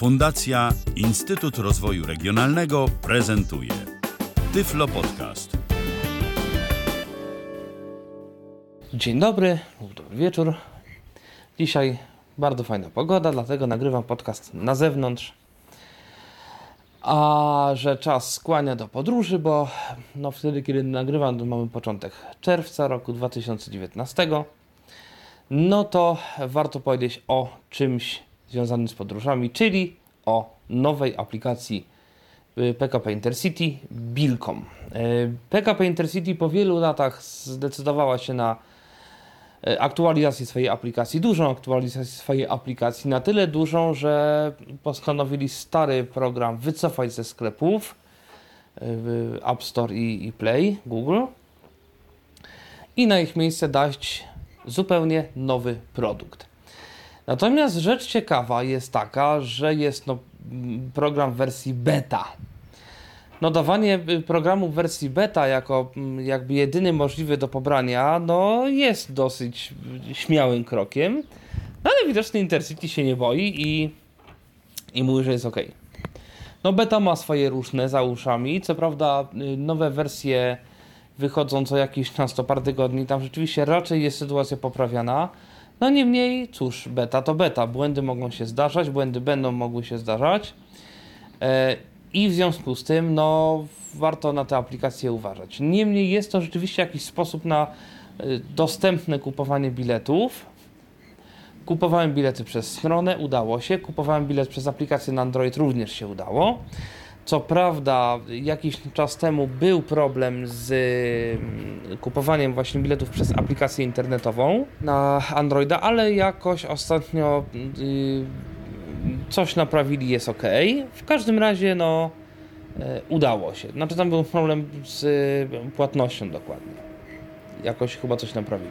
Fundacja Instytut Rozwoju Regionalnego prezentuje Tyflo Podcast. Dzień dobry, dobry wieczór. Dzisiaj bardzo fajna pogoda, dlatego nagrywam podcast na zewnątrz. A że czas skłania do podróży, bo wtedy, kiedy nagrywam, to mamy początek czerwca roku 2019, to warto powiedzieć o czymś związanym z podróżami, czyli o nowej aplikacji PKP Intercity Bilkom. PKP Intercity po wielu latach zdecydowała się na aktualizację swojej aplikacji, dużą aktualizację swojej aplikacji, na tyle dużą, że postanowili stary program wycofać ze sklepów App Store i Play Google i na ich miejsce dać zupełnie nowy produkt. Natomiast rzecz ciekawa jest taka, że jest program w wersji beta. Dawanie programu w wersji beta jako jakby jedyny możliwy do pobrania, jest dosyć śmiałym krokiem, ale widocznie Intercity się nie boi i mówi, że jest ok. Beta ma swoje różne za uszami, co prawda nowe wersje wychodzą co jakiś czas, to parę tygodni, tam rzeczywiście raczej jest sytuacja poprawiana. Niemniej, cóż, beta to beta, błędy mogą się zdarzać, błędy będą mogły się zdarzać. I w związku z tym, warto na tę aplikację uważać. Niemniej jest to rzeczywiście jakiś sposób na dostępne kupowanie biletów. Kupowałem bilety przez stronę, udało się. Kupowałem bilet przez aplikację na Android, również się udało. Co prawda, jakiś czas temu był problem z kupowaniem właśnie biletów przez aplikację internetową na Androida, ale jakoś ostatnio coś naprawili, jest ok. W każdym razie udało się. Tam był problem z płatnością dokładnie. Jakoś chyba coś naprawili.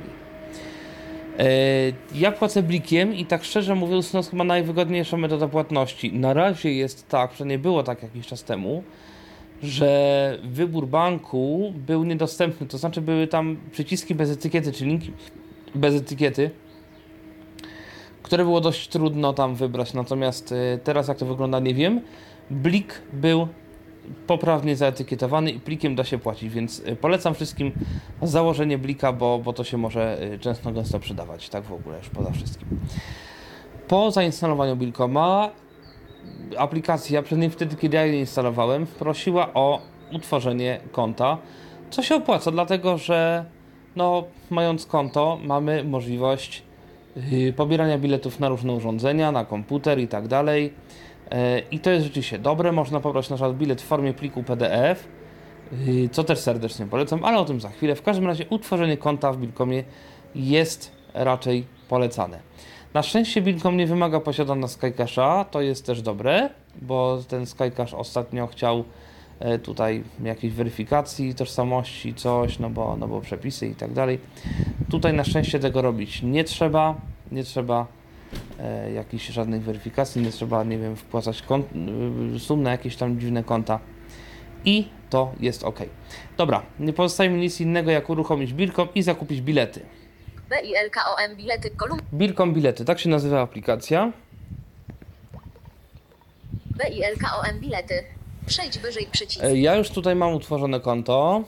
Ja płacę blikiem i tak szczerze mówiąc, chyba najwygodniejsza metoda płatności. Na razie jest tak, przynajmniej było tak jakiś czas temu, że wybór banku był niedostępny. To znaczy były tam przyciski bez etykiety, czy linki bez etykiety, które było dość trudno tam wybrać, natomiast teraz jak to wygląda nie wiem. Blik był poprawnie zaetykietowany i plikiem da się płacić, więc polecam wszystkim założenie blika, bo to się może gęsto przydawać, tak w ogóle już poza wszystkim. Po zainstalowaniu Bilkoma aplikacja, przynajmniej wtedy kiedy ja je instalowałem, prosiła o utworzenie konta, co się opłaca, dlatego że mając konto mamy możliwość pobierania biletów na różne urządzenia, na komputer i tak dalej. I to jest rzeczywiście dobre. Można pobrać na przykład bilet w formie pliku PDF, co też serdecznie polecam, ale o tym za chwilę. W każdym razie utworzenie konta w Bilkomie jest raczej polecane. Na szczęście Bilkom nie wymaga posiadania SkyCasha, to jest też dobre, bo ten SkyCache ostatnio chciał tutaj jakiejś weryfikacji tożsamości, coś, bo przepisy i tak dalej. Tutaj na szczęście tego robić nie trzeba jakichś żadnych weryfikacji, nie trzeba, wpłacać sum na jakieś tam dziwne konta i to jest ok. Dobra, nie pozostaje mi nic innego jak uruchomić Bilkom i zakupić bilety. Bilkom bilety, Bilkom bilety, tak się nazywa aplikacja. Bilkom bilety. Przejdź wyżej przycisk. Ja już tutaj mam utworzone konto,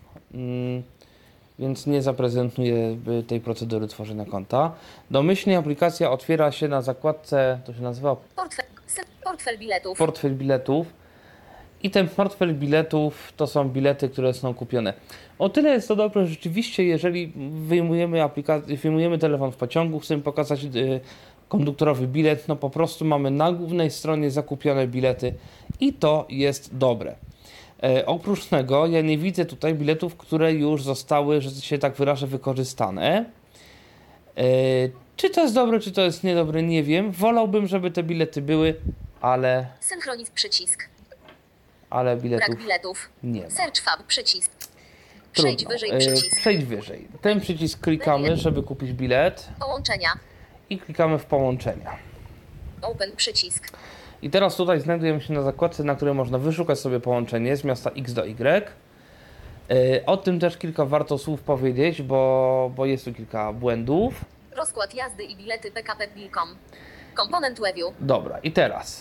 więc nie zaprezentuję tej procedury tworzenia konta. Domyślnie aplikacja otwiera się na zakładce, to się nazywa Portfel biletów. Portfel biletów. I ten portfel biletów to są bilety, które są kupione. O tyle jest to dobre, że rzeczywiście, jeżeli wyjmujemy telefon w pociągu, chcemy pokazać konduktorowy bilet, po prostu mamy na głównej stronie zakupione bilety i to jest dobre. Oprócz tego ja nie widzę tutaj biletów, które już zostały, że się tak wyrażę, wykorzystane. Czy to jest dobre, czy to jest niedobre, nie wiem. Wolałbym, żeby te bilety były, ale... Synchroniz przycisk. Ale biletów, Brak biletów. Nie ma. Search Fab przycisk. Przejdź wyżej przycisk. Przejdź wyżej. Ten przycisk klikamy, żeby kupić bilet. Połączenia. I klikamy w połączenia. Open przycisk. I teraz tutaj znajdujemy się na zakładce, na której można wyszukać sobie połączenie z miasta X do Y. O tym też kilka warto słów powiedzieć, bo jest tu kilka błędów. Rozkład jazdy i bilety PKP Bilkom. Komponent Review. Dobra, i teraz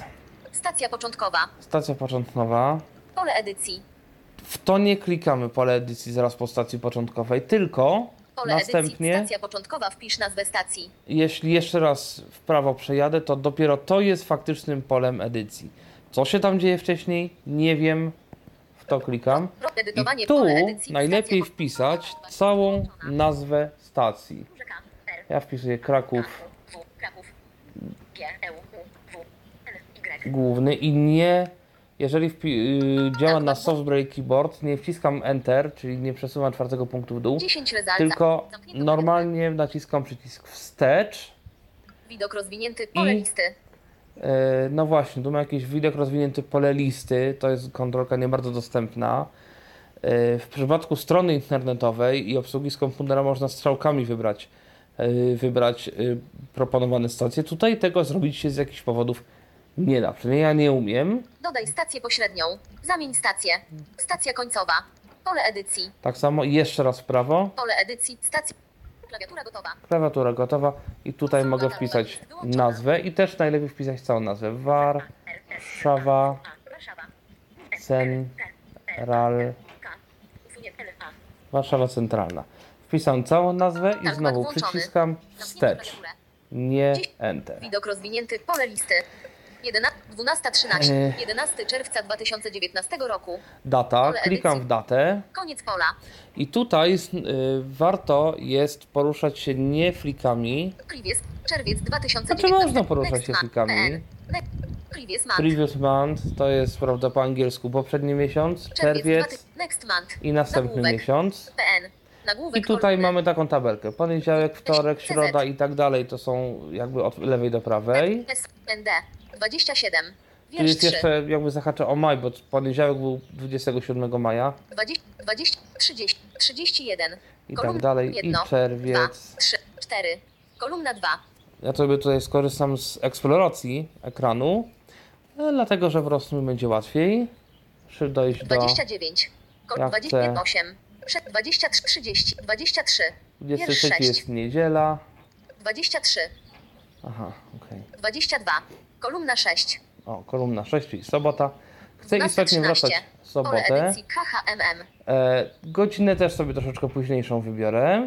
Stacja początkowa. Stacja początkowa. Pole edycji. W to nie klikamy pole edycji zaraz po stacji początkowej, tylko Pole następnie, edycji. Stacja początkowa. Wpisz nazwę stacji. jeśli jeszcze raz w prawo przejadę, to dopiero to jest faktycznym polem edycji. Co się tam dzieje wcześniej? Nie wiem. W to klikam. Edytowanie I tu pole edycji. najlepiej Stacja wpisać całą nazwę stacji. K, R, Ja wpisuję Kraków W, Kraków. G, E, U, W, N, Y. główny i nie, jeżeli działa na Software Keyboard, nie wciskam Enter, czyli nie przesuwam czwartego punktu w dół, 10 rezalta. tylko Zamknięto normalnie naciskam przycisk wstecz. Widok rozwinięty. Pole I- listy. No właśnie, tu ma jakiś widok rozwinięty pole listy, to jest kontrolka nie bardzo dostępna. W przypadku strony internetowej i obsługi z komputera można strzałkami wybrać proponowane stacje. Tutaj tego zrobić się z jakichś powodów nie da, przynajmniej ja nie umiem. Dodaj stację pośrednią. Zamień stację. Stacja końcowa. Pole edycji. Tak samo i jeszcze raz w prawo, Pole edycji. Stacja. Klawiatura gotowa. klawiatura gotowa i tutaj mogę wpisać nazwę i też najlepiej wpisać całą nazwę. Warszawa Warszawa. Central, K. Usunięte L, A. Warszawa Centralna. Wpisam całą nazwę i znowu przyciskam wstecz. Nie Enter. Widok rozwinięty. Pole listy. 12:13. 11 czerwca 2019 roku. Data, Pole klikam edycji. w datę Koniec pola. i tutaj warto jest poruszać się nie flikami. Previous. Czerwiec 2019. Znaczy można poruszać Next się month. flikami. PN. Previous month. Previous month to jest prawda po angielsku poprzedni miesiąc, czerwiec Next month. i następny Nagłówek. miesiąc. PN. Nagłówek I tutaj kolumny. mamy taką tabelkę. Poniedziałek, wtorek, CZ. środa i tak dalej. To są jakby od lewej do prawej. SND 27. Tu Wiersz jest 3. jeszcze jakby zahaczę o maj, bo poniedziałek był 27 maja 20, 30, 31. i Kolumna tak dalej. I 1, 2, czerwiec. 3, 4. Kolumna 2. Ja sobie tutaj skorzystam z eksploracji ekranu, dlatego że po prostu mi będzie łatwiej dojść do 29. Ja 28. 23, 30, 23. Wiersz 23 6. jest niedziela. 23. Aha, okej. 22. Kolumna 6. O, kolumna 6, czyli sobota. Chcę 12:13. istotnie wracać w Pole sobotę. edycji KHMM. Godzinę też sobie troszeczkę późniejszą wybiorę.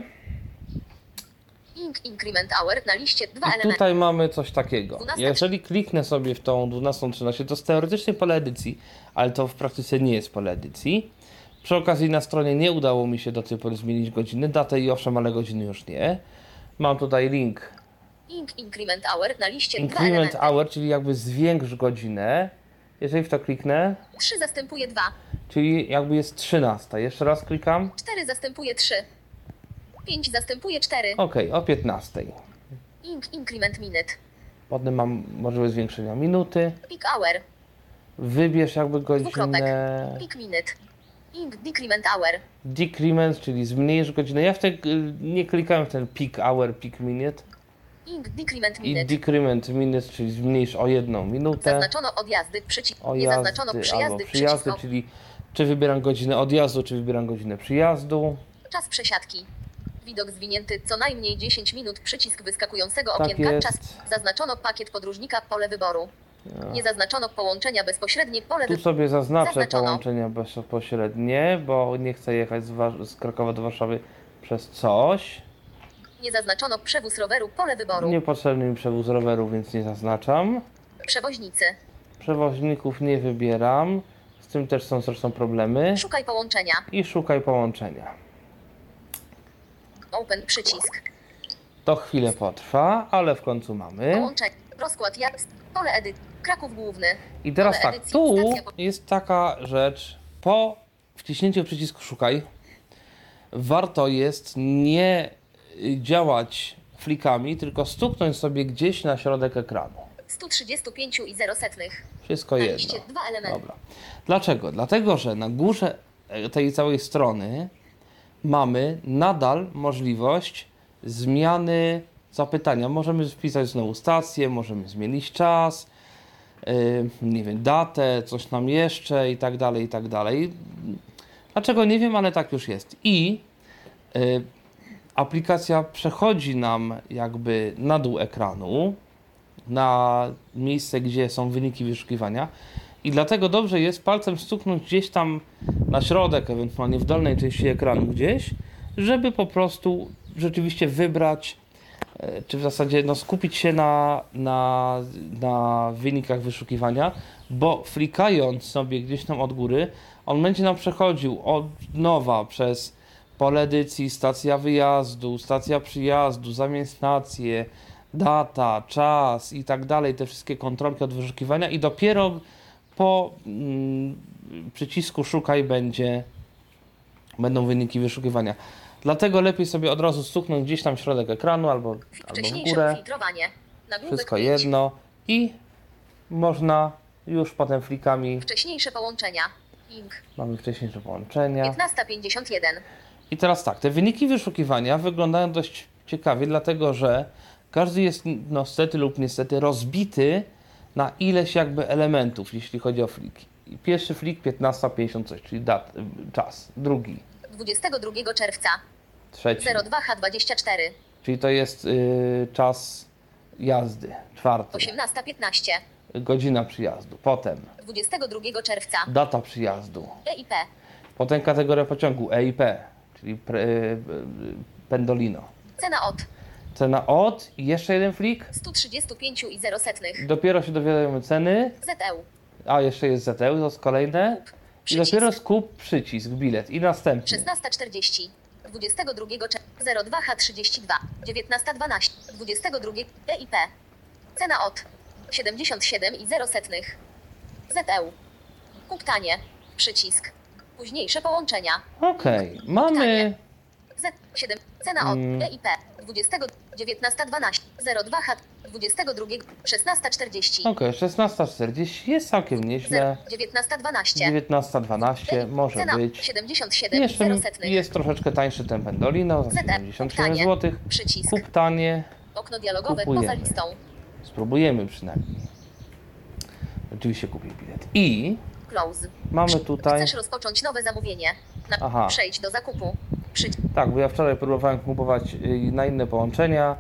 Increment hour na liście 2 I elementy. tutaj mamy coś takiego. 12:00. Jeżeli kliknę sobie w tą 12:13, to jest teoretycznie pole edycji, ale to w praktyce nie jest pole edycji. Przy okazji na stronie nie udało mi się do tej pory zmienić godziny, datę i owszem, ale godziny już nie. Mam tutaj link Increment hour na liście 2 Increment elementy. hour, czyli jakby zwiększ godzinę. Jeżeli w to kliknę, 3 zastępuje 2. czyli jakby jest 13. Jeszcze raz klikam. 4 zastępuje 3. 5 zastępuje 4. OK, o 15. Increment minute. Potem mam możliwość zwiększenia minuty. Peak hour. Wybierz jakby Dwukropek. godzinę. Peak minute. Decrement hour. Decrement, czyli zmniejsz godzinę. Ja nie klikałem w ten peak hour, peak minute. Decrement I minute. decrement minute, czyli zmniejsz o 1 minutę. Zaznaczono odjazdy, przycisk. Nie Ojazdy zaznaczono albo przyjazdy, przyjazdy, przycisk. czyli czy wybieram godzinę odjazdu, czy wybieram godzinę przyjazdu. Czas przesiadki. Widok zwinięty co najmniej 10 minut. Przycisk wyskakującego Tak okienka. jest. Czas. Zaznaczono pakiet podróżnika. Pole wyboru. Nie zaznaczono połączenia bezpośrednie. Pole Tu wyboru. sobie zaznaczę Zaznaczono. połączenia bezpośrednie, bo nie chcę jechać z Krakowa do Warszawy przez coś. Nie zaznaczono przewóz roweru. Pole wyboru. Niepotrzebny mi przewóz roweru, więc nie zaznaczam. Przewoźnicy. Przewoźników nie wybieram. Z tym też są zresztą problemy. Szukaj połączenia. I szukaj połączenia. Open przycisk. To chwilę potrwa, ale w końcu mamy. Połączenie. Rozkład jazd. Pole edycji. Kraków Główny. I teraz Pole tak, edycji, tu stacja jest taka rzecz. Po wciśnięciu przycisku szukaj warto jest nie działać flikami, tylko stuknąć sobie gdzieś na środek ekranu. 135 i 0 setnych. Wszystko Na jedno. liście 2 elementy. Dobra. Dlaczego? Dlatego, że na górze tej całej strony mamy nadal możliwość zmiany zapytania. Możemy wpisać znowu stację, możemy zmienić czas, nie wiem, datę, coś nam jeszcze i tak dalej, i tak dalej. Dlaczego? Nie wiem, ale tak już jest. I aplikacja przechodzi nam jakby na dół ekranu. na miejsce, gdzie są wyniki wyszukiwania. I dlatego dobrze jest palcem stuknąć gdzieś tam na środek, ewentualnie w dolnej części ekranu gdzieś, żeby po prostu rzeczywiście wybrać, czy w zasadzie skupić się na wynikach wyszukiwania, bo flikając sobie gdzieś tam od góry, on będzie nam przechodził od nowa przez pole edycji, stacja wyjazdu, stacja przyjazdu, zamień stację, data, czas i tak dalej, te wszystkie kontrolki od wyszukiwania i dopiero po przycisku szukaj będą wyniki wyszukiwania. Dlatego lepiej sobie od razu stuknąć gdzieś tam w środek ekranu albo w górę. Filtrowanie. Wszystko jedno i można już potem flikami. Wcześniejsze połączenia. Link. Mamy wcześniejsze połączenia. 15:51. I teraz tak, te wyniki wyszukiwania wyglądają dość ciekawie, dlatego że każdy jest stety lub niestety rozbity na ileś jakby elementów, jeśli chodzi o fliki. I pierwszy flik 15:50 coś, czyli czas. Drugi 22 czerwca. Trzeci. 02H24. Czyli to jest czas jazdy. Czwarty. 18:15. Godzina przyjazdu. Potem 22 czerwca. data przyjazdu. EIP. Potem kategoria pociągu EIP, czyli Pendolino. Cena od Cena od i jeszcze jeden flik. 135,0. Dopiero się dowiadujemy ceny. ZEU. A jeszcze jest ZTE, to jest kolejne. I Przycisk. dopiero skup, przycisk, bilet. I następny. 16:40. 22 czerwca. 02H32. 19:12. 22 EIP. Cena od 77,0. ZEU. Kuptanie. Przycisk. Późniejsze połączenia. Okej, mamy... Z7. Cena od EIP. 20. 19:12. 02H. 22. 16:40. Okej, 16:40 jest całkiem nieźle. 19:12. 19:12 może Cena być. 77,0. Jeszcze jest troszeczkę tańszy ten Pendolino, za 77 zł. Przycisk. Kup tanie. Okno dialogowe Kupujemy. poza listą. Spróbujemy przynajmniej. Oczywiście kupię bilet. I Close. mamy tutaj... Chcesz rozpocząć nowe zamówienie? Aha. Przejdź do zakupu. Tak, bo ja wczoraj próbowałem kupować na inne połączenia.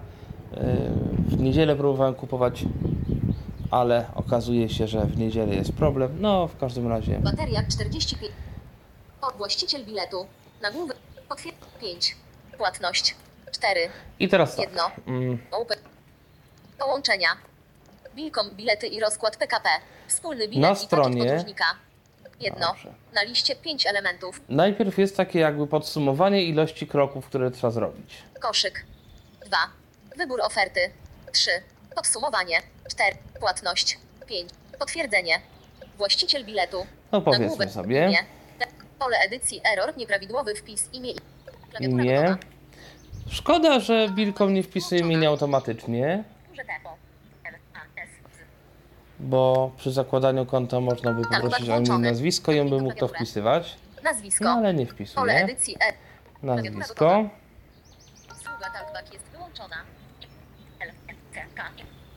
W niedzielę próbowałem kupować, ale okazuje się, że w niedzielę jest problem. No, w każdym razie. Bateria 45. Właściciel biletu. Nagłówek. Potwierdź 5. Płatność 4. I teraz tak. Jedno. Open. Połączenia. Bilkom, bilety i rozkład PKP. Wspólny bilet Na i pakiet stronie- podróżnika. Jedno. Dobrze. Na liście 5 elementów. Najpierw jest takie jakby podsumowanie ilości kroków, które trzeba zrobić. Koszyk. 2. Wybór oferty. 3. Podsumowanie. 4. Płatność. 5. Potwierdzenie. Właściciel biletu. No powiedzmy Nagłówek. sobie. Imię. Pole edycji error. Nieprawidłowy wpis. Imię. Klawiatura Imię. gotowa. Szkoda, że Bilkom nie wpisuje imienia automatycznie, Duże tempo. NAS. bo przy zakładaniu konta można by poprosić o imię i nazwisko i on by mógł to wpisywać. Nazwisko. No ale nie Pole wpisuje. edycji E. Nazwisko. Sługa talkback jest wyłączona. LCK.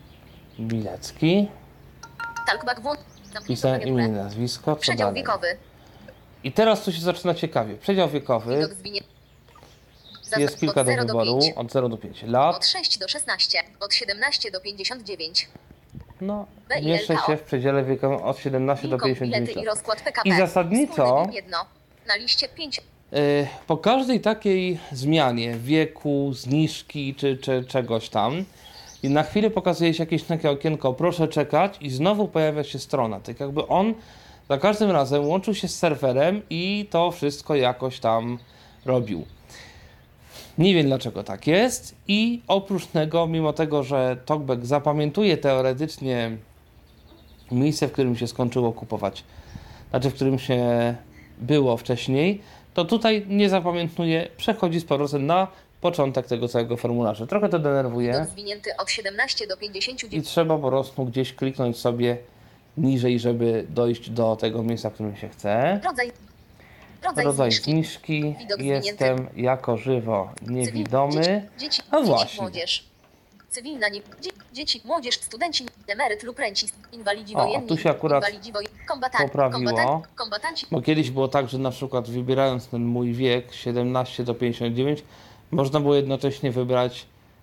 Bilecki. Talkback włącz. Wpisałem imię i nazwisko. Co Przedział dalej? wiekowy. I teraz tu się zaczyna ciekawie. Przedział wiekowy. Widok zwinie. Jest kilka do wyboru. Od 0 do 5 Od lat. 6 do 16. Od 17 do 59. No, B i mieszczę LKO. się w przedziale wiekowym od 17 do Bilkom, 59 bilety i lat. rozkład PKP. I zasadniczo- Wspólny bilet jedno. Na liście 5. Po każdej takiej zmianie wieku, zniżki czy czegoś tam i na chwilę pokazuje się jakieś takie okienko, proszę czekać i znowu pojawia się strona. Tak jakby on za każdym razem łączył się z serwerem i to wszystko jakoś tam robił. Nie wiem dlaczego tak jest i oprócz tego, mimo tego, że TalkBack zapamiętuje teoretycznie miejsce, w którym się skończyło kupować, znaczy w którym się było wcześniej, to tutaj nie zapamiętuje, przechodzi z powrotem na początek tego całego formularza. Trochę to denerwuje Widok zwinięty od 17 do 59. i trzeba po prostu gdzieś kliknąć sobie niżej, żeby dojść do tego miejsca, w którym się chce. Rodzaj zniżki. zniżki. Widok Jestem jako żywo niewidomy. Dzieci, A dzieci, właśnie. młodzież. Cywilna, dzieci, młodzież, studenci, emeryt lub rencist, inwalidzi O, wojenni, tu się akurat inwalidzi poprawiło. kombatanci, Bo kiedyś było tak, że na przykład wybierając ten mój wiek 17 do 59 można było jednocześnie wybrać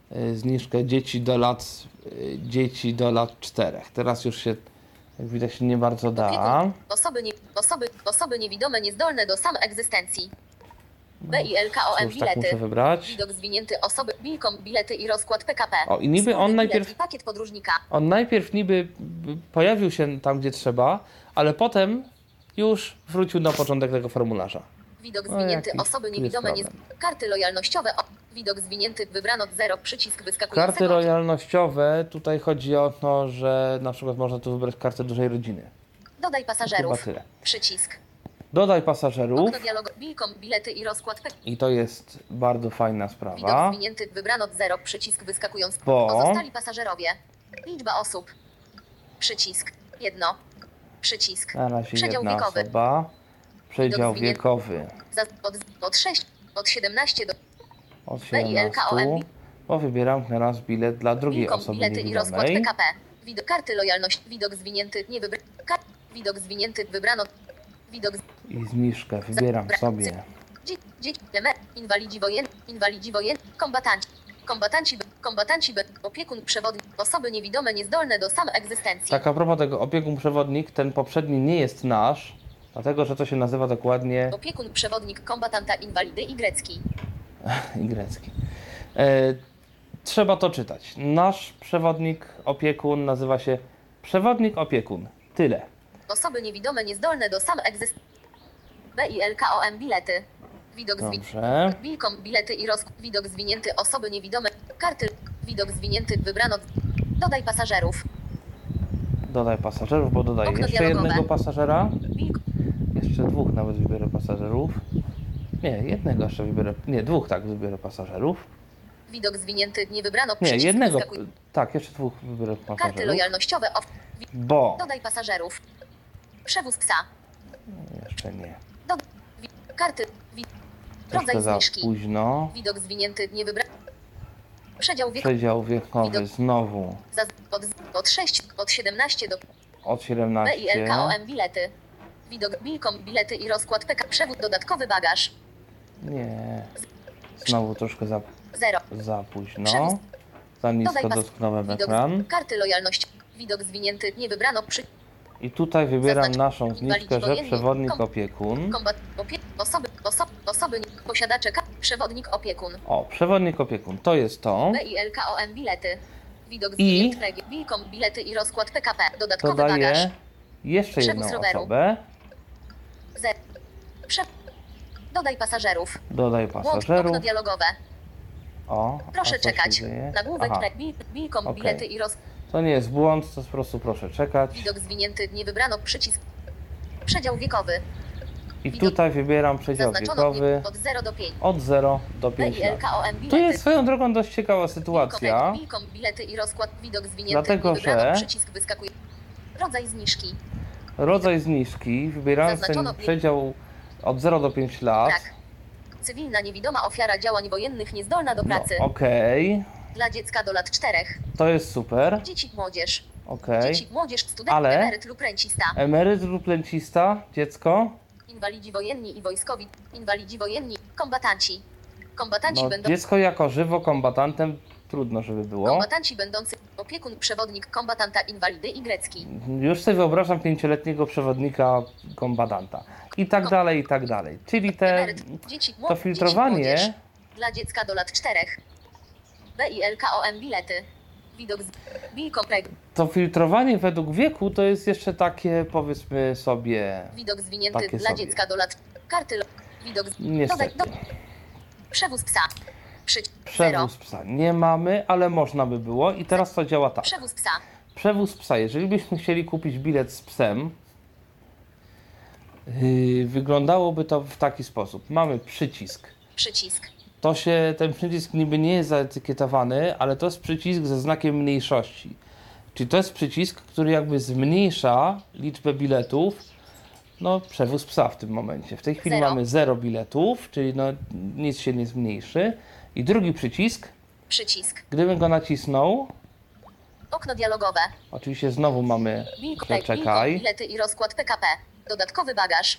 zniżkę dzieci do lat 4. Teraz już się, jak widać, nie bardzo da. Osoby niewidome, niezdolne do samoegzystencji. BILKOM Cóż, tak muszę bilety. wybrać. Widok zwinięty osoby. Bilkom bilety i rozkład PKP. O, i niby on Bilet najpierw, i pakiet podróżnika. pojawił się tam, gdzie trzeba, ale potem już wrócił na początek tego formularza. Widok O, zwinięty jaki osoby tu jest niewidome. problem. Karty lojalnościowe. Widok zwinięty. Wybrano 0. Przycisk wyskakujący. Karty lojalnościowe, tutaj chodzi o to, że na przykład można tu wybrać kartę dużej rodziny. Dodaj Chyba pasażerów. tyle. Przycisk. Dodaj pasażerów Okno dialogu. Bilkom bilety i rozkład PKP. i to jest bardzo fajna Widok sprawa. zwinięty. Wybrano 0. Przycisk wyskakujący. Bo- Pozostali pasażerowie. Liczba osób. Przycisk. 1. Przycisk. Na razie Przedział jedna wiekowy. osoba. Przedział Widok zwinięty. wiekowy Od 6. Od 17 do od BILKOM. 17, bo wybieram teraz bilet dla drugiej Bilkom osoby bilety i rozkład niewidomej. PKP. Widok karty lojalności. Widok zwinięty. Nie wybrano. Widok zwinięty. Wybrano. Widok. I zniżkę wybieram sobie. Inwalidzi wojenni. Kombatanci. Opiekun. Przewodnik. Osoby niewidome, niezdolne do samoegzystencji. Tak, a propos tego opiekun przewodnik, ten poprzedni nie jest nasz, dlatego że to się nazywa dokładnie Opiekun. Przewodnik. Kombatanta. Inwalidy i grecki. i grecki. Trzeba to czytać. Nasz przewodnik opiekun nazywa się przewodnik opiekun. Tyle. Osoby niewidome, niezdolne do samoegzystencji. BILKOM bilety. Widok Dobrze. Bilkom bilety i widok zwinięty osoby niewidome. Karty. Widok zwinięty. Wybrano. Dodaj pasażerów. Dodaj pasażerów, bo dodaję Okno jeszcze dialogowe. jednego pasażera. Bilk. Jeszcze dwóch nawet wybiorę pasażerów. Nie, jednego jeszcze wybiorę. Nie, dwóch tak wybiorę pasażerów. Widok zwinięty. Nie wybrano. Nie, Przycisk jednego. wyskakuj- Tak, jeszcze dwóch wybiorę Karty pasażerów. lojalnościowe. Bo Dodaj pasażerów. Przewóz psa. jeszcze nie. Karty. Troszkę Rodzaj za zniżki. późno. Widok zwinięty. Nie wybrano. Przedział wieku. Przedział wiekowy Widok- znowu Od 6. Od 17 do od 17. BILKOM bilety. Widok Bilkom bilety i rozkład PK. Przewód dodatkowy bagaż. Nie. Znowu troszkę 0. za późno. Przewóz. Za nisko Dodaj dotknąłem Widok ekran. karty lojalności. Widok zwinięty. Nie wybrano. I tutaj wybieram Zaznacz- naszą zniżkę, inwalidzi że wojenni. przewodnik opiekun. Osoby posiadacze przewodnik opiekun. O, przewodnik opiekun. To jest to. BILKOM bilety. Widok I- zwinięty region. Bilkom bilety i rozkład PKP. Dodatkowy bagaż. Dodaję jeszcze Przewóz jedną roweru. osobę. Z. Dodaj pasażerów. Dodaj Łącz pasażerów. okno dialogowe. O, Proszę a co się czekać. dzieje? Nagłówek Aha, Bilkom Okej. bilety i to nie jest błąd, to jest po prostu proszę czekać. widok zwinięty. Nie wybrano przycisk. Przedział wiekowy. I widok- tutaj wybieram przedział Zaznaczono wiekowy od 0 do 5. od 0 do 5 lat. BILKOM Tu bilety. jest swoją drogą dość ciekawa sytuacja. Bilkom bilety i rozkład. Widok zwinięty. Dlatego, Nie wybrano że- przycisk wyskakuje. Rodzaj zniżki. Rodzaj zniżki, wybierając Zaznaczono- ten przedział od 0 do 5 lat. Brak. Cywilna niewidoma ofiara działań wojennych niezdolna do No, pracy. okej, Dla dziecka do lat 4. to jest super. Dzieci, młodzież. Okej. Dzieci, młodzież, student, Ale- emeryt lub rencista. Emeryt lub rencista, dziecko. Inwalidzi wojenni i wojskowi. Inwalidzi wojenni. Kombatanci. Kombatanci No, będą. dziecko jako żywo kombatantem trudno, żeby było. Kombatanci będący. Opiekun, przewodnik, kombatanta, inwalidy i grecki. Już sobie wyobrażam 5-letniego przewodnika kombatanta. I tak dalej, i tak dalej. Czyli Emeryt. Dzieci, to filtrowanie, Dzieci, młodzież. Dla dziecka do lat 4. BILKOM bilety. Widok z. Bilkom. to filtrowanie według wieku to jest jeszcze takie, powiedzmy sobie, Widok zwinięty Takie dla sobie. dziecka do lat. Karty. Widok. niestety. Przewóz psa. Zero. Przewóz psa nie mamy, ale można by było. I teraz to działa tak. Przewóz psa. Przewóz psa. Jeżeli byśmy chcieli kupić bilet z psem, wyglądałoby to w taki sposób. Mamy przycisk. Przycisk. Ten przycisk niby nie jest zaetykietowany, ale to jest przycisk ze znakiem mniejszości. Czyli to jest przycisk, który jakby zmniejsza liczbę biletów. No, przewóz psa w tym momencie. W tej chwili Zero. mamy 0 biletów, czyli no, nic się nie zmniejszy. I drugi przycisk, Przycisk. gdybym go nacisnął, Okno dialogowe. oczywiście znowu mamy, że czekaj. Bilety i rozkład PKP. Dodatkowy bagaż.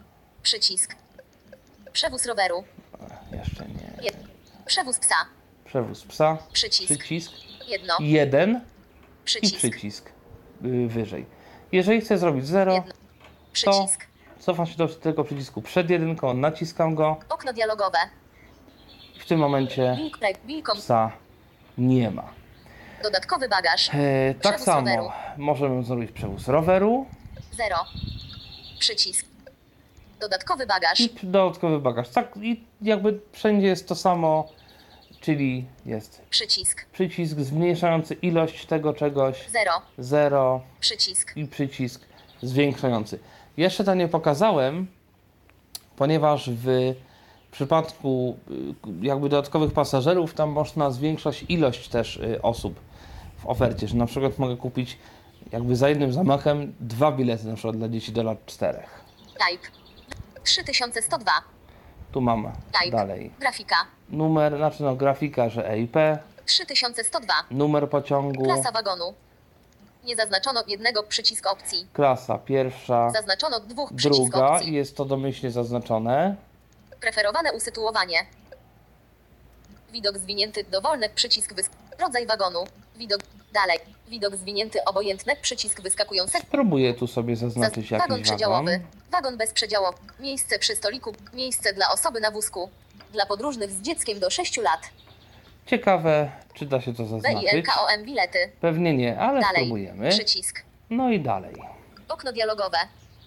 Przycisk. Przewóz roweru. Jeszcze nie. Przewóz psa. Przewóz psa. Przycisk. Przycisk. Jedno. 1 i Przycisk. przycisk wyżej. Jeżeli chcę zrobić 0, Jedno. Przycisk. cofam się do tego przycisku przed jedynką, naciskam go. Okno dialogowe. W tym momencie Wilkom. psa nie ma. Dodatkowy bagaż. Tak Przewóz samo roweru. możemy zrobić przewóz roweru 0. Przycisk. Dodatkowy bagaż. i dodatkowy bagaż. Tak, i jakby wszędzie jest to samo, czyli jest Przycisk. przycisk zmniejszający ilość tego czegoś, 0. 0 Przycisk. i przycisk zwiększający. Jeszcze to nie pokazałem, ponieważ w przypadku jakby dodatkowych pasażerów tam można zwiększać ilość też osób w ofercie, że na przykład mogę kupić jakby za jednym zamachem 2 bilety na przykład dla dzieci do lat 4. Type. 3102. Tu mamy Type. dalej Grafika. numer, znaczy no grafika, że EIP, 3102. numer pociągu, Klasa wagonu. Nie zaznaczono jednego przycisku opcji. klasa pierwsza, Zaznaczono dwóch przycisków druga opcji. i jest to domyślnie zaznaczone. Preferowane usytuowanie. Widok zwinięty dowolny przycisk rodzaj wagonu. Widok dalej. Widok zwinięty obojętny przycisk wyskakujący. Spróbuję tu sobie zaznaczyć Wagon jakiś przedziałowy. wagon. Wagon bezprzedziałowy. Miejsce przy stoliku. Miejsce dla osoby na wózku. Dla podróżnych z dzieckiem do 6 lat. Ciekawe, czy da się to zaznaczyć. BILKOM bilety. Pewnie nie, ale Dalej. spróbujemy. Przycisk. No i dalej. Okno dialogowe.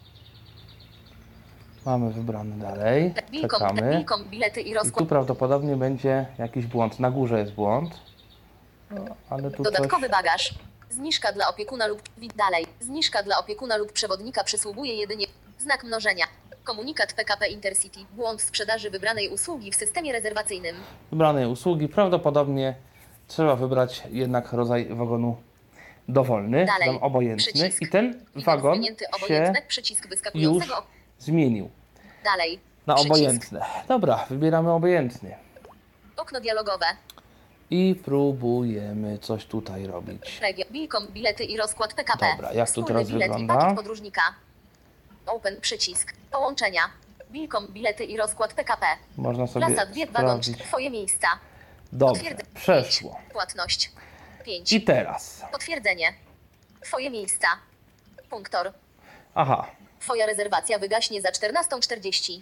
Mamy wybrany dalej. Czekamy. Wilkom bilety i I rozkład. tu prawdopodobnie będzie jakiś błąd. Na górze jest błąd. No, ale tu Dodatkowy coś... bagaż. Zniżka dla opiekuna lub dalej. Zniżka dla opiekuna lub przewodnika przysługuje jedynie znak mnożenia. Komunikat PKP Intercity. Błąd w sprzedaży wybranej usługi w systemie rezerwacyjnym. Wybranej usługi. Prawdopodobnie trzeba wybrać jednak rodzaj wagonu dowolny, Dalej. tam obojętny. Przycisk. I ten Widok wagon zwinięty się obojętny przycisk już wyskakującego. zmienił Dalej. na Przycisk. obojętne. Dobra, wybieramy obojętny. Okno dialogowe. I próbujemy coś tutaj robić. Wilkom bilety i rozkład PKP. Dobra, jak to Wspólny teraz bilet wygląda? I pakiet podróżnika. Open przycisk. Połączenia. Wilkom bilety i rozkład PKP. Można sobie Klasa 2 wagon. sprawdzić. Twoje miejsca. Dobrze, Potwierdzenie. przeszło. 5. Płatność. 5. I teraz. Potwierdzenie. Twoje miejsca. Punktor. Aha, Twoja rezerwacja wygaśnie za 14:40.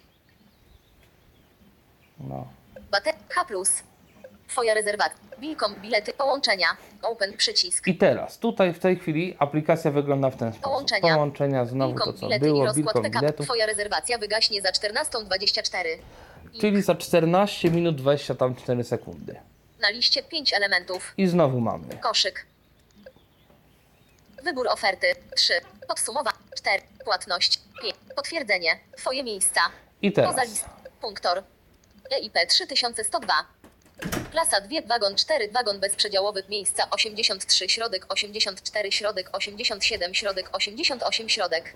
no. H+. Twoja rezerwacja. Wilkom bilety. Połączenia. Open przycisk. I teraz, tutaj w tej chwili aplikacja wygląda w ten sposób. Połączenia. Połączenia, znowu to Wilkom co bilety i było, rozkład Wilkom PKP. biletów. Twoja rezerwacja wygaśnie za 14:24. Czyli za 14 minut 24 sekundy. Na liście 5 elementów. I znowu mamy. Koszyk. Wybór oferty. 3. Podsumowanie. 4. Płatność. 5. Potwierdzenie. Twoje miejsca. I Poza teraz. list. Punktor. EIP 3102. Klasa 2 wagon 4 wagon bezprzedziałowy miejsca 83 środek 84 środek 87 środek 88 środek.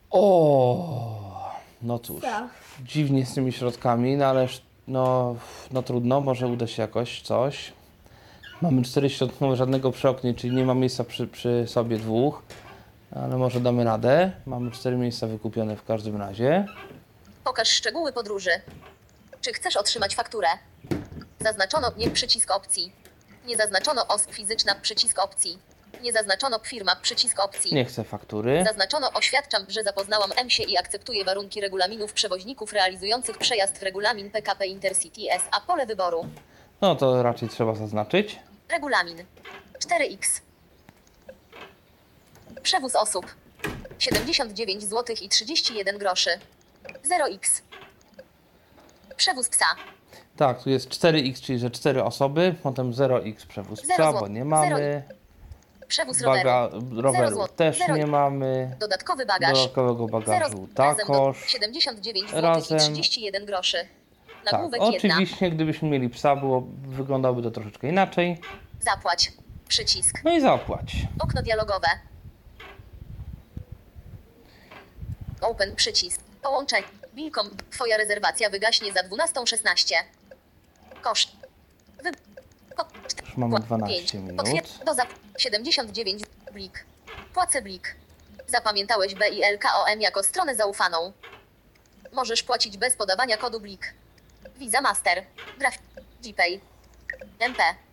O, no cóż. Dziwnie z tymi środkami, no ale no trudno, może uda się jakoś coś. Mamy 4 środkowe, żadnego przy oknie, czyli nie ma miejsca przy sobie dwóch. Ale może damy radę. Mamy 4 miejsca wykupione w każdym razie. Pokaż szczegóły podróży. Czy chcesz otrzymać fakturę? Zaznaczono nie przycisk opcji. Nie zaznaczono osób fizyczna przycisk opcji. Nie zaznaczono firma przycisk opcji. Nie chcę faktury. Zaznaczono oświadczam, że zapoznałam się i akceptuję warunki regulaminów przewoźników realizujących przejazd w regulamin PKP Intercity S.A. Pole wyboru. No to raczej trzeba zaznaczyć. Regulamin 4X. Przewóz osób 79 zł i 31 groszy. 0X. Przewóz psa Tak, tu jest 4x, czyli że 4 osoby, potem 0x przewóz psa, Zero bo zł- nie mamy. Przewóz roweru. Roweru zł- też zero- nie mamy. Dodatkowy bagaż. Dodatkowego bagażu Razem takoż. 79 zł Razem- i 31 groszy. Tak, Nagłówek 1. oczywiście gdybyśmy mieli psa, wyglądałoby to troszeczkę inaczej. Zapłać. Przycisk. No i zapłać. Okno dialogowe. Open przycisk. Połączenie. Wilkom. Twoja rezerwacja wygaśnie za 12:16. Koszt. Już mamy 12 minut. Do 79 blik. Płacę blik. Zapamiętałeś BILKOM jako stronę zaufaną. Możesz płacić bez podawania kodu blik. Visa Master. GPay. MP.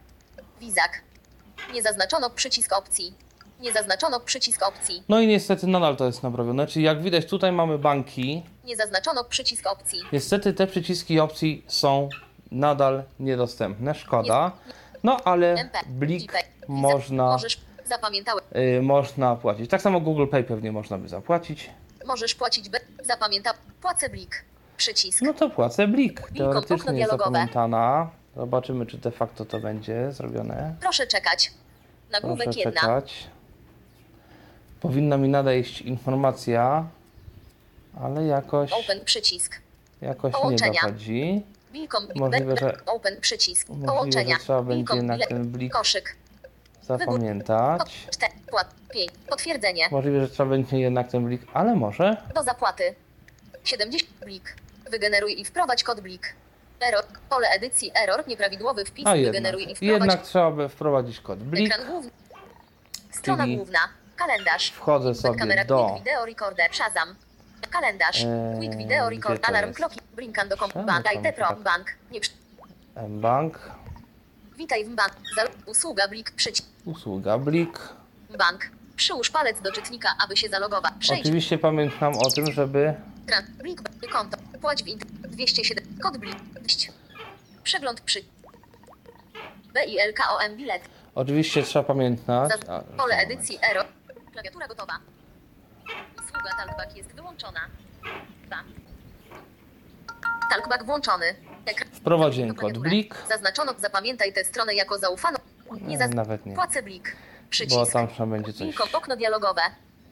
Wizak. Nie zaznaczono przycisk opcji. Nie zaznaczono przycisk opcji. No i niestety nadal to jest naprawione, czyli jak widać tutaj mamy banki. Nie zaznaczono przycisk opcji. Niestety te przyciski opcji są nadal niedostępne, szkoda. No ale MP, Blik Wizak. można, Możesz. Zapamiętałem. można płacić. Tak samo Google Pay pewnie można by zapłacić. Możesz płacić zapamięta. Płacę Blik. Przycisk. No to płacę Blik. okno Teoretycznie jest dialogowe. zapamiętana. Zobaczymy, czy de facto to będzie zrobione. Proszę czekać. Nagłówek Proszę 1. czekać. Powinna mi nadejść informacja, ale jakoś Open przycisk. nie Połączenia. dochodzi. Wilkom. Możliwe, że- Open przycisk. Możliwe, Połączenia. że trzeba będzie Wilkom, jednak ten Blik Koszyk. zapamiętać. 4. Płat. 5. Potwierdzenie. Możliwe, że trzeba będzie jednak ten Blik, ale może. Do zapłaty. 70. Blik. Wygeneruj i wprowadź kod Blik. Error. Pole edycji error. Nieprawidłowy wpis. A Wygeneruj i jednak. wprowadź. Jednak trzeba by wprowadzić kod Blik. Ekran główny. Strona Czyli główna. Kalendarz. wchodzę sobie Kamera do- Quick Video Recorder. Shazam. Kalendarz. Quick Video gdzie Record. to Alarm jest? clocki. Brinkan do Czemu kompa. tam IT Pro. tak- Bank. Nie mBank, Witaj w bank. Usługa Blik. Przycisk. usługa Blik. Bank. Przyłóż palec do czytnika, aby się zalogować. Przejdź. Oczywiście pamiętam o tym, żeby Blik. Konto. Płać w 207. Kod Blik. Przegląd przy. BILKOM bilet. oczywiście trzeba pamiętać. Pole edycji error. Klawiatura gotowa. Usługa Talkback jest wyłączona. 2. Talkback włączony. Ekran. Wprowadziłem kod Blik, Zaznaczono. Zapamiętaj tę stronę jako zaufaną. Nie nawet nie, Płacę Blik. bo Przycisk. tam trzeba będzie coś. Wilkom. Okno dialogowe.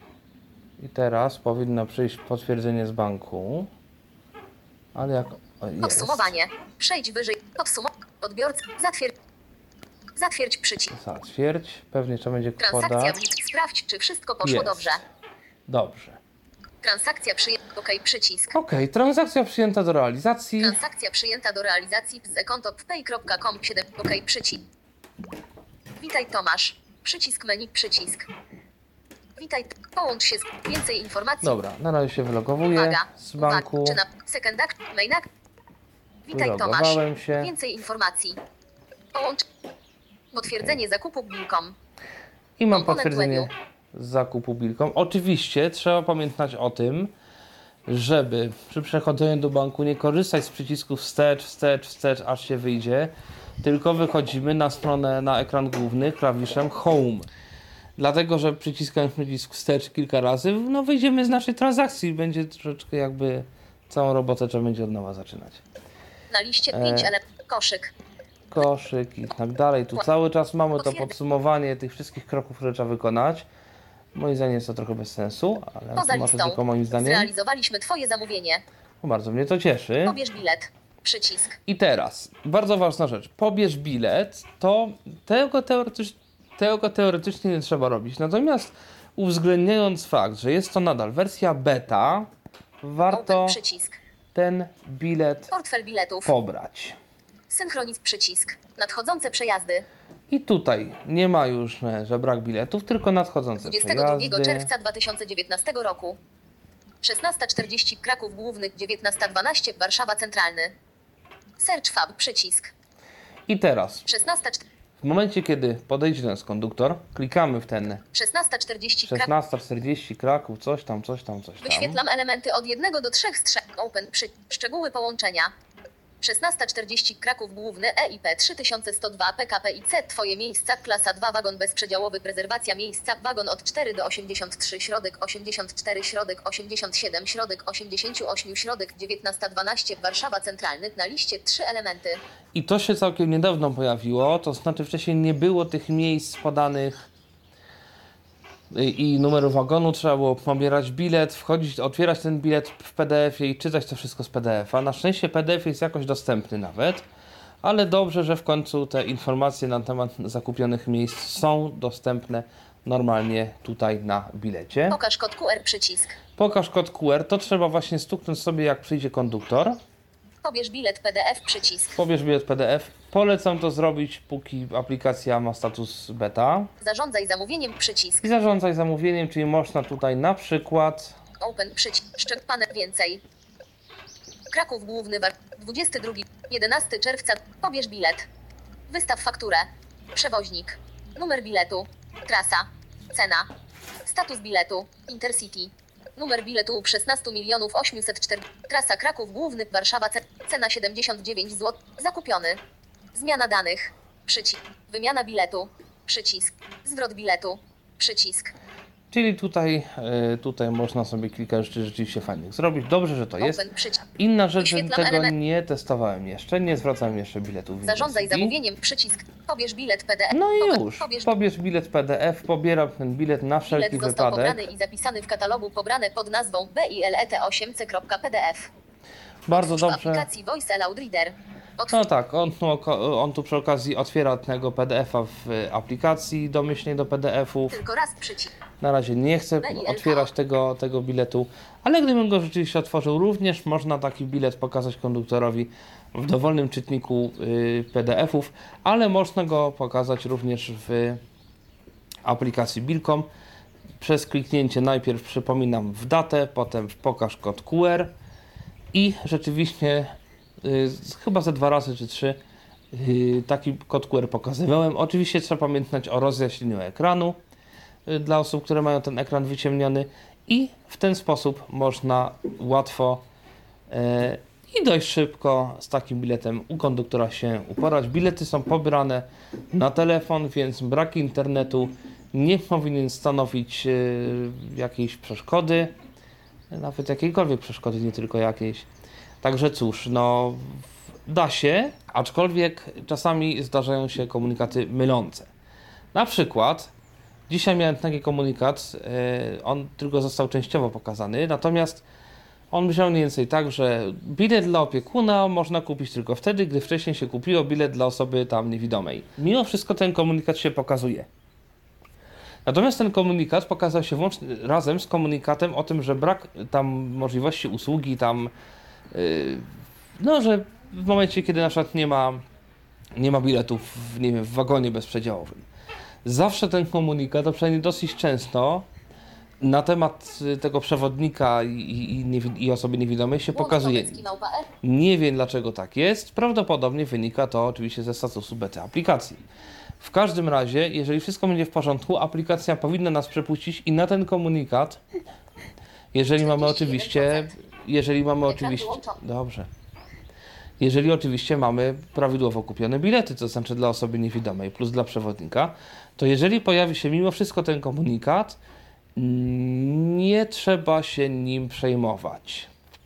I teraz powinno przyjść potwierdzenie z banku. Ale jak jest. Podsumowanie. Przejdź wyżej. Podsumowanie. Odbiorca. Zatwierdź przycisk. Zatwierdź. Pewnie trzeba będzie Transakcja podać. Blik. Sprawdź, czy wszystko poszło Jest. dobrze. Dobrze. Transakcja przyjęta. OK. Przycisk. Okej, transakcja przyjęta do realizacji. Transakcja przyjęta do realizacji z konto pay.com 7. OK. Przycisk. Witaj Tomasz. Przycisk menu. Przycisk. Witaj. Połącz się z więcej informacji. Dobra, na razie się wylogowuję Uwaga. z banku. Uwaga. Czy na sekundak? Mainak? Witaj Tomasz. Wylogowałem się. Więcej informacji. Połącz. Potwierdzenie zakupu Bilkom. I mam Komponent potwierdzenie webu. zakupu Bilkom. Oczywiście trzeba pamiętać o tym, żeby przy przechodzeniu do banku nie korzystać z przycisku wstecz, wstecz, wstecz, aż się wyjdzie, tylko wychodzimy na stronę, na ekran główny klawiszem Home. Dlatego, że przyciskając przycisk wstecz kilka razy, no wyjdziemy z naszej transakcji i będzie troszeczkę jakby całą robotę trzeba będzie od nowa zaczynać. Na liście 5 elementów. Koszyk. Koszyk i tak dalej. Tu cały czas mamy to podsumowanie tych wszystkich kroków, które trzeba wykonać. Moim zdaniem jest to trochę bez sensu, ale Poza to masz listą. tylko moim zdaniem. Zrealizowaliśmy Twoje zamówienie. Bardzo mnie to cieszy. Pobierz bilet. Przycisk. I teraz, bardzo ważna rzecz. Pobierz bilet, to tego teoretycznie nie trzeba robić. Natomiast uwzględniając fakt, że jest to nadal wersja beta, warto Open przycisk. ten bilet Portfel biletów. pobrać. Synchronizm przycisk. Nadchodzące przejazdy. I tutaj nie ma już, że brak biletów, tylko nadchodzące 22 przejazdy. czerwca 2019 roku. 16:40 Kraków Główny, 19:12 Warszawa Centralny. Search Fab przycisk. I teraz, 16:40 w momencie kiedy podejdzie do nas konduktor, klikamy w ten 16:40 Kraków. 16:40 Kraków, coś tam. Wyświetlam elementy od 1 do 3 strzech. Open szczegóły połączenia. 16:40 Kraków Główny EIP 3102 PKP IC. Twoje miejsca klasa 2 wagon bezprzedziałowy rezerwacja miejsca wagon od 4 do 83 środek 84 środek 87 środek 88 środek 19:12 Warszawa Centralny na liście 3 elementy. I to się całkiem niedawno pojawiło, to znaczy wcześniej nie było tych miejsc podanych i numeru wagonu, trzeba było pobierać bilet, wchodzić, otwierać ten bilet w PDF-ie i czytać to wszystko z PDF-a. Na szczęście PDF jest jakoś dostępny nawet, ale dobrze, że w końcu te informacje na temat zakupionych miejsc są dostępne normalnie tutaj na bilecie. Pokaż kod QR przycisk. Pokaż kod QR, to trzeba właśnie stuknąć sobie jak przyjdzie konduktor. Pobierz bilet PDF przycisk. Pobierz bilet PDF. Polecam to zrobić, póki aplikacja ma status beta. Zarządzaj zamówieniem przycisk. I zarządzaj zamówieniem, czyli można tutaj na przykład Open przycisk. Panel więcej. Kraków Główny 22 11 czerwca. Pobierz bilet. Wystaw fakturę. Przewoźnik. Numer biletu. Trasa. Cena. Status biletu. Intercity. Numer biletu 16 804. Trasa Kraków Główny, Warszawa. Cena 79 zł. Zakupiony. Zmiana danych. Przycisk. Wymiana biletu. Przycisk. Zwrot biletu. Przycisk. Czyli tutaj można sobie kilka rzeczy rzeczywiście fajnych zrobić. Dobrze, że to jest. Open, przycisk. Inna rzecz, że Wyświetlam tego element. nie testowałem jeszcze, nie zwracałem jeszcze biletów w Zarządzaj Intercity. zamówieniem. Przycisk. Pobierz bilet PDF. No i już, Pobierz pobierz bilet PDF, pobieram ten bilet na wszelki bilet został wypadek. pobrany i zapisany w katalogu pobrane pod nazwą BILET8C.pdf. Bardzo Otwórz w dobrze. aplikacji Voice Aloud Reader. No tak, on tu przy okazji otwiera tego PDF-a w aplikacji domyślnej do PDF-ów. Tylko raz przycisk. Na razie nie chcę otwierać tego biletu, ale gdybym go rzeczywiście otworzył, również można taki bilet pokazać konduktorowi w dowolnym czytniku PDF-ów, ale można go pokazać również w aplikacji Bilkom przez kliknięcie najpierw, przypominam, w datę, potem w pokaż kod QR i rzeczywiście chyba ze 2 razy czy 3 taki kod QR pokazywałem. Oczywiście trzeba pamiętać o rozjaśnieniu ekranu dla osób, które mają ten ekran wyciemniony i w ten sposób można łatwo i dość szybko z takim biletem u konduktora się uporać. Bilety są pobrane na telefon, więc brak internetu nie powinien stanowić jakiejś przeszkody, nawet jakiejkolwiek przeszkody, nie tylko jakiejś. Także cóż, no da się, aczkolwiek czasami zdarzają się komunikaty mylące. Na przykład dzisiaj miałem taki komunikat, on tylko został częściowo pokazany, natomiast on brzmiał mniej więcej tak, że bilet dla opiekuna można kupić tylko wtedy, gdy wcześniej się kupiło bilet dla osoby tam niewidomej. Mimo wszystko ten komunikat się pokazuje. Natomiast ten komunikat pokazał się włącznie razem z komunikatem o tym, że brak tam możliwości usługi tam, no, że w momencie, kiedy na przykład nie ma biletów nie wiem, w wagonie bezprzedziałowym. Zawsze ten komunikat, a przynajmniej dosyć często, na temat tego przewodnika i osoby niewidomej się pokazuje. Nie wiem, dlaczego tak jest. Prawdopodobnie wynika to oczywiście ze statusu bety aplikacji. W każdym razie, jeżeli wszystko będzie w porządku, aplikacja powinna nas przepuścić i na ten komunikat, jeżeli mamy oczywiście, dobrze. Jeżeli oczywiście mamy prawidłowo kupione bilety, to znaczy dla osoby niewidomej plus dla przewodnika, to jeżeli pojawi się mimo wszystko ten komunikat, nie trzeba się nim przejmować.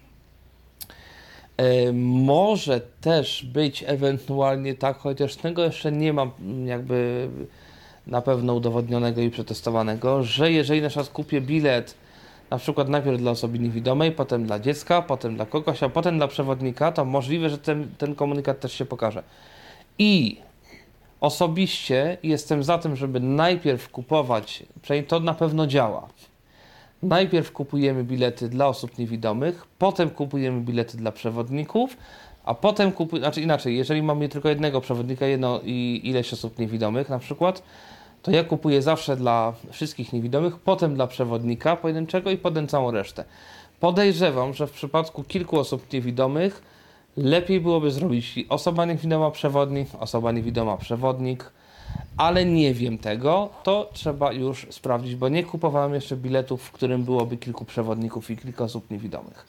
Może też być ewentualnie tak, chociaż tego jeszcze nie mam jakby na pewno udowodnionego i przetestowanego, że jeżeli na przykład kupię bilet na przykład najpierw dla osoby niewidomej, potem dla dziecka, potem dla kogoś, a potem dla przewodnika, to możliwe, że ten komunikat też się pokaże. I osobiście jestem za tym, żeby najpierw kupować, przynajmniej to na pewno działa. Najpierw kupujemy bilety dla osób niewidomych, potem kupujemy bilety dla przewodników, a potem znaczy inaczej, jeżeli mamy tylko jednego przewodnika i ileś osób niewidomych na przykład, to ja kupuję zawsze dla wszystkich niewidomych, potem dla przewodnika pojedynczego i potem całą resztę. Podejrzewam, że w przypadku kilku osób niewidomych lepiej byłoby zrobić osoba niewidoma przewodnik, osoba niewidoma przewodnik, ale nie wiem tego, to trzeba już sprawdzić, bo nie kupowałem jeszcze biletów, w którym byłoby kilku przewodników i kilka osób niewidomych.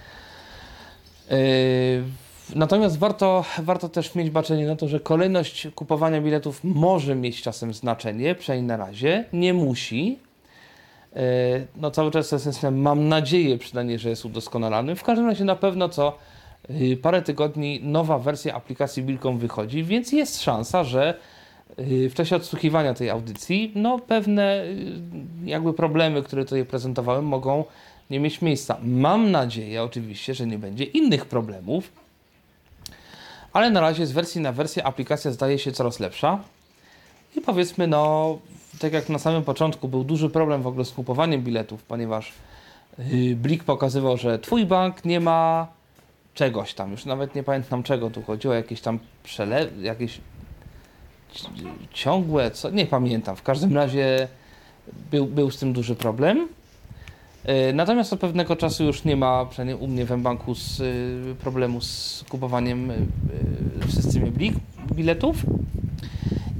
Natomiast warto też mieć baczenie na to, że kolejność kupowania biletów może mieć czasem znaczenie, przynajmniej na razie, nie musi. No cały czas ten system, mam nadzieję przynajmniej, że jest udoskonalany. W każdym razie na pewno co parę tygodni nowa wersja aplikacji Bilkom wychodzi, więc jest szansa, że w czasie odsłuchiwania tej audycji, no pewne jakby problemy, które tutaj prezentowałem, mogą nie mieć miejsca. Mam nadzieję oczywiście, że nie będzie innych problemów, ale na razie z wersji na wersję aplikacja zdaje się coraz lepsza i powiedzmy, no tak jak na samym początku był duży problem w ogóle z kupowaniem biletów, ponieważ Blik pokazywał, że twój bank nie ma czegoś tam, już nawet nie pamiętam czego tu chodziło, jakieś tam jakieś ciągłe, nie pamiętam, w każdym razie był z tym duży problem. Natomiast od pewnego czasu już nie ma, przynajmniej u mnie w mBanku, problemu z kupowaniem w systemie Blik biletów.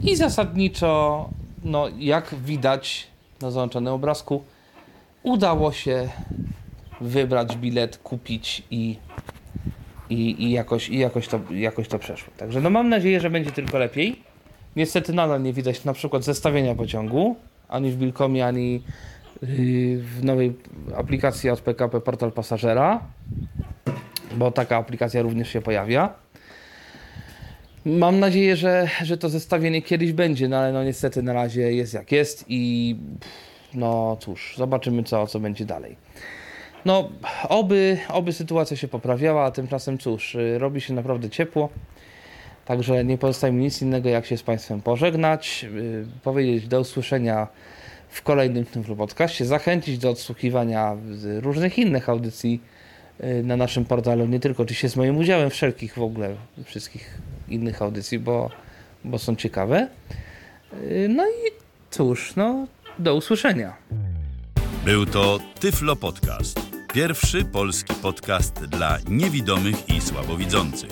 I zasadniczo, no jak widać na załączonym obrazku, udało się wybrać bilet, kupić i jakoś to przeszło. Także no mam nadzieję, że będzie tylko lepiej. Niestety nadal nie widać na przykład zestawienia pociągu, ani w Bilkomie, ani w nowej aplikacji od PKP Portal Pasażera, bo taka aplikacja również się pojawia. Mam nadzieję, że to zestawienie kiedyś będzie, no ale no niestety na razie jest jak jest i no cóż, zobaczymy co będzie dalej. No oby sytuacja się poprawiała, a tymczasem cóż, robi się naprawdę ciepło, także nie pozostaje mi nic innego jak się z Państwem pożegnać, powiedzieć do usłyszenia w kolejnym podcaście, zachęcić do odsłuchiwania różnych innych audycji na naszym portalu, nie tylko oczywiście z moim udziałem, wszelkich w ogóle, wszystkich innych audycji, bo są ciekawe. No i cóż, no do usłyszenia. Był to Tyflo Podcast. Pierwszy polski podcast dla niewidomych i słabowidzących.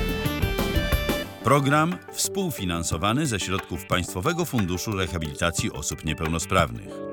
Program współfinansowany ze środków Państwowego Funduszu Rehabilitacji Osób Niepełnosprawnych.